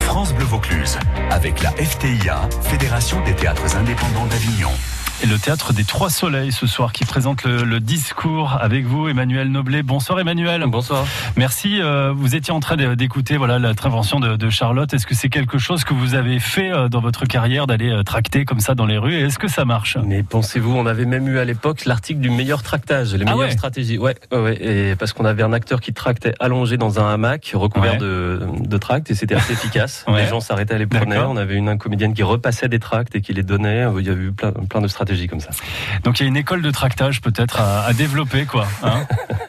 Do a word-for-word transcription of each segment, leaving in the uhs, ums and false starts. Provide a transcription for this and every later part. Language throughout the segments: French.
France Bleu Vaucluse, avec la F T I A, Fédération des théâtres indépendants d'Avignon. Et le théâtre des Trois Soleils ce soir qui présente le, le discours avec vous, Emmanuel Noblet. Bonsoir Emmanuel. Bonsoir. Merci. Euh, vous étiez en train d'écouter voilà l'intervention de, de Charlotte. Est-ce que c'est quelque chose que vous avez fait euh, dans votre carrière d'aller euh, tracter comme ça dans les rues? Et est-ce que ça marche? Mais pensez-vous, on avait même eu à l'époque l'article du meilleur tractage, les ah meilleures ouais. stratégies. Ouais, ouais, ouais. Et parce qu'on avait un acteur qui tractait allongé dans un hamac recouvert ouais. de, de tracts et c'était assez efficace. Ouais. Les gens s'arrêtaient à les prendre. On avait une, une comédienne qui repassait des tracts et qui les donnait. Il y a eu plein, plein de stratégies comme ça. Donc il y a une école de tractage peut-être à, à développer, quoi. Hein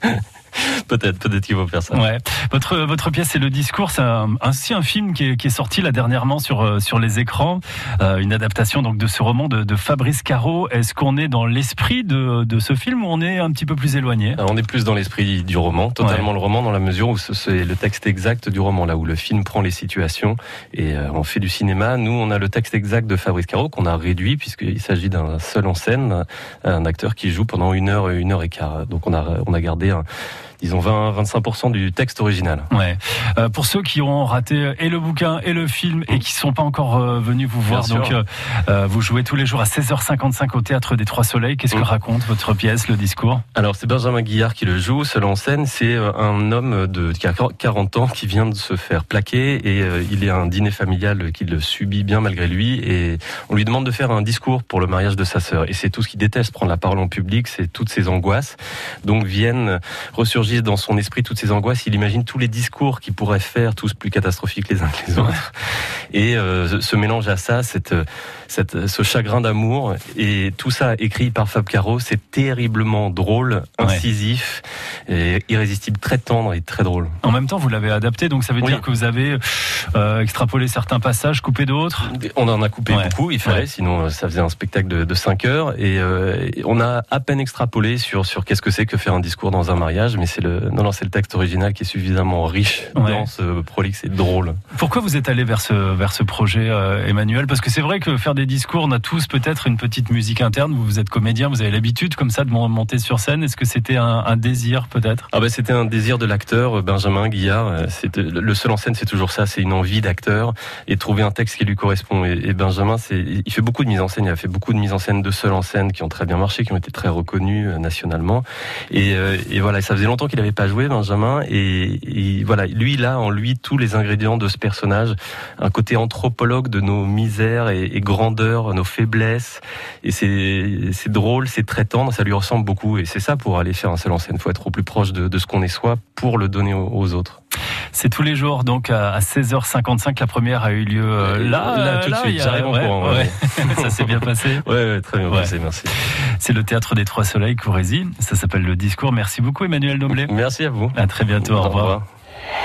Peut-être, peut-être qu'il faut faire ça. Ouais. Votre votre pièce, c'est le discours. C'est un, ainsi un film qui est, qui est sorti là dernièrement sur sur les écrans. Euh, une adaptation donc de ce roman de, de Fabrice Caro. Est-ce qu'on est dans l'esprit de de ce film ou on est un petit peu plus éloigné? Alors, on est plus dans l'esprit du roman, totalement ouais. le roman dans la mesure où c'est le texte exact du roman, là où le film prend les situations et euh, on fait du cinéma. Nous, on a le texte exact de Fabrice Caro qu'on a réduit puisqu'il s'agit d'un seul en scène, un acteur qui joue pendant une heure, une heure et quart. Donc on a on a gardé un disons vingt à vingt-cinq pour cent du texte original. Ouais. Euh, pour ceux qui ont raté et le bouquin et le film et qui sont pas encore euh, venus vous voir, Bien donc euh, vous jouez tous les jours à seize heures cinquante-cinq au Théâtre des Trois Soleils. Qu'est-ce que mmh. raconte votre pièce, le discours? Alors c'est Benjamin Guillard qui le joue, seul en scène. C'est un homme de qui a quarante ans qui vient de se faire plaquer et euh, il est à un dîner familial qui le subit bien malgré lui et on lui demande de faire un discours pour le mariage de sa sœur. Et c'est tout ce qu'il déteste, prendre la parole en public, c'est toutes ses angoisses. Donc viennent ressurgir dans son esprit toutes ces angoisses, il imagine tous les discours qu'il pourrait faire, tous plus catastrophiques les uns que les autres. Et euh, se mélange à ça, cette, cette, ce chagrin d'amour, et tout ça écrit par Fab Caro, c'est terriblement drôle, incisif, ouais. et irrésistible, très tendre et très drôle. En même temps, vous l'avez adapté, donc ça veut oui. dire que vous avez euh, extrapolé certains passages, coupé d'autres? On en a coupé ouais. beaucoup, il fallait, ouais. sinon ça faisait un spectacle de, de cinq heures, et, euh, et on a à peine extrapolé sur, sur qu'est-ce que c'est que faire un discours dans un mariage, mais c'est le, non, non, c'est le texte original qui est suffisamment riche, ouais. dense, prolixe et drôle. Pourquoi vous êtes allé vers ce, vers ce projet, euh, Emmanuel? Parce que c'est vrai que faire des discours, on a tous peut-être une petite musique interne. Vous, vous êtes comédien, vous avez l'habitude comme ça de monter sur scène. Est-ce que c'était un, un désir peut-être? Ah ben, c'était un désir de l'acteur, Benjamin Guillard. C'était, le seul en scène, c'est toujours ça, c'est une envie d'acteur et trouver un texte qui lui correspond. Et, et Benjamin, c'est, il fait beaucoup de mise en scène, il a fait beaucoup de mises en scène de seul en scène qui ont très bien marché, qui ont été très reconnues nationalement. Et, et voilà, ça faisait longtemps qu'il n'avait pas joué, Benjamin, et, et voilà, lui, il a en lui tous les ingrédients de ce personnage, un côté anthropologue de nos misères et, et grandeurs, nos faiblesses, et c'est, c'est drôle, c'est très tendre, ça lui ressemble beaucoup, et c'est ça pour aller faire un seul en scène, il faut être au plus proche de, de ce qu'on est soi pour le donner aux, aux autres. C'est tous les jours, donc à seize heures cinquante-cinq, la première a eu lieu euh, là, là, tout de là, suite, a... j'arrive en ouais, courant. Ouais. Ouais. Ça s'est bien passé. Ouais, ouais, très bien ouais. passé, merci. C'est le Théâtre des Trois Soleils, Courésy, ça s'appelle le discours. Merci beaucoup Emmanuel Noblet. Merci à vous. À très bientôt, au, au revoir. revoir.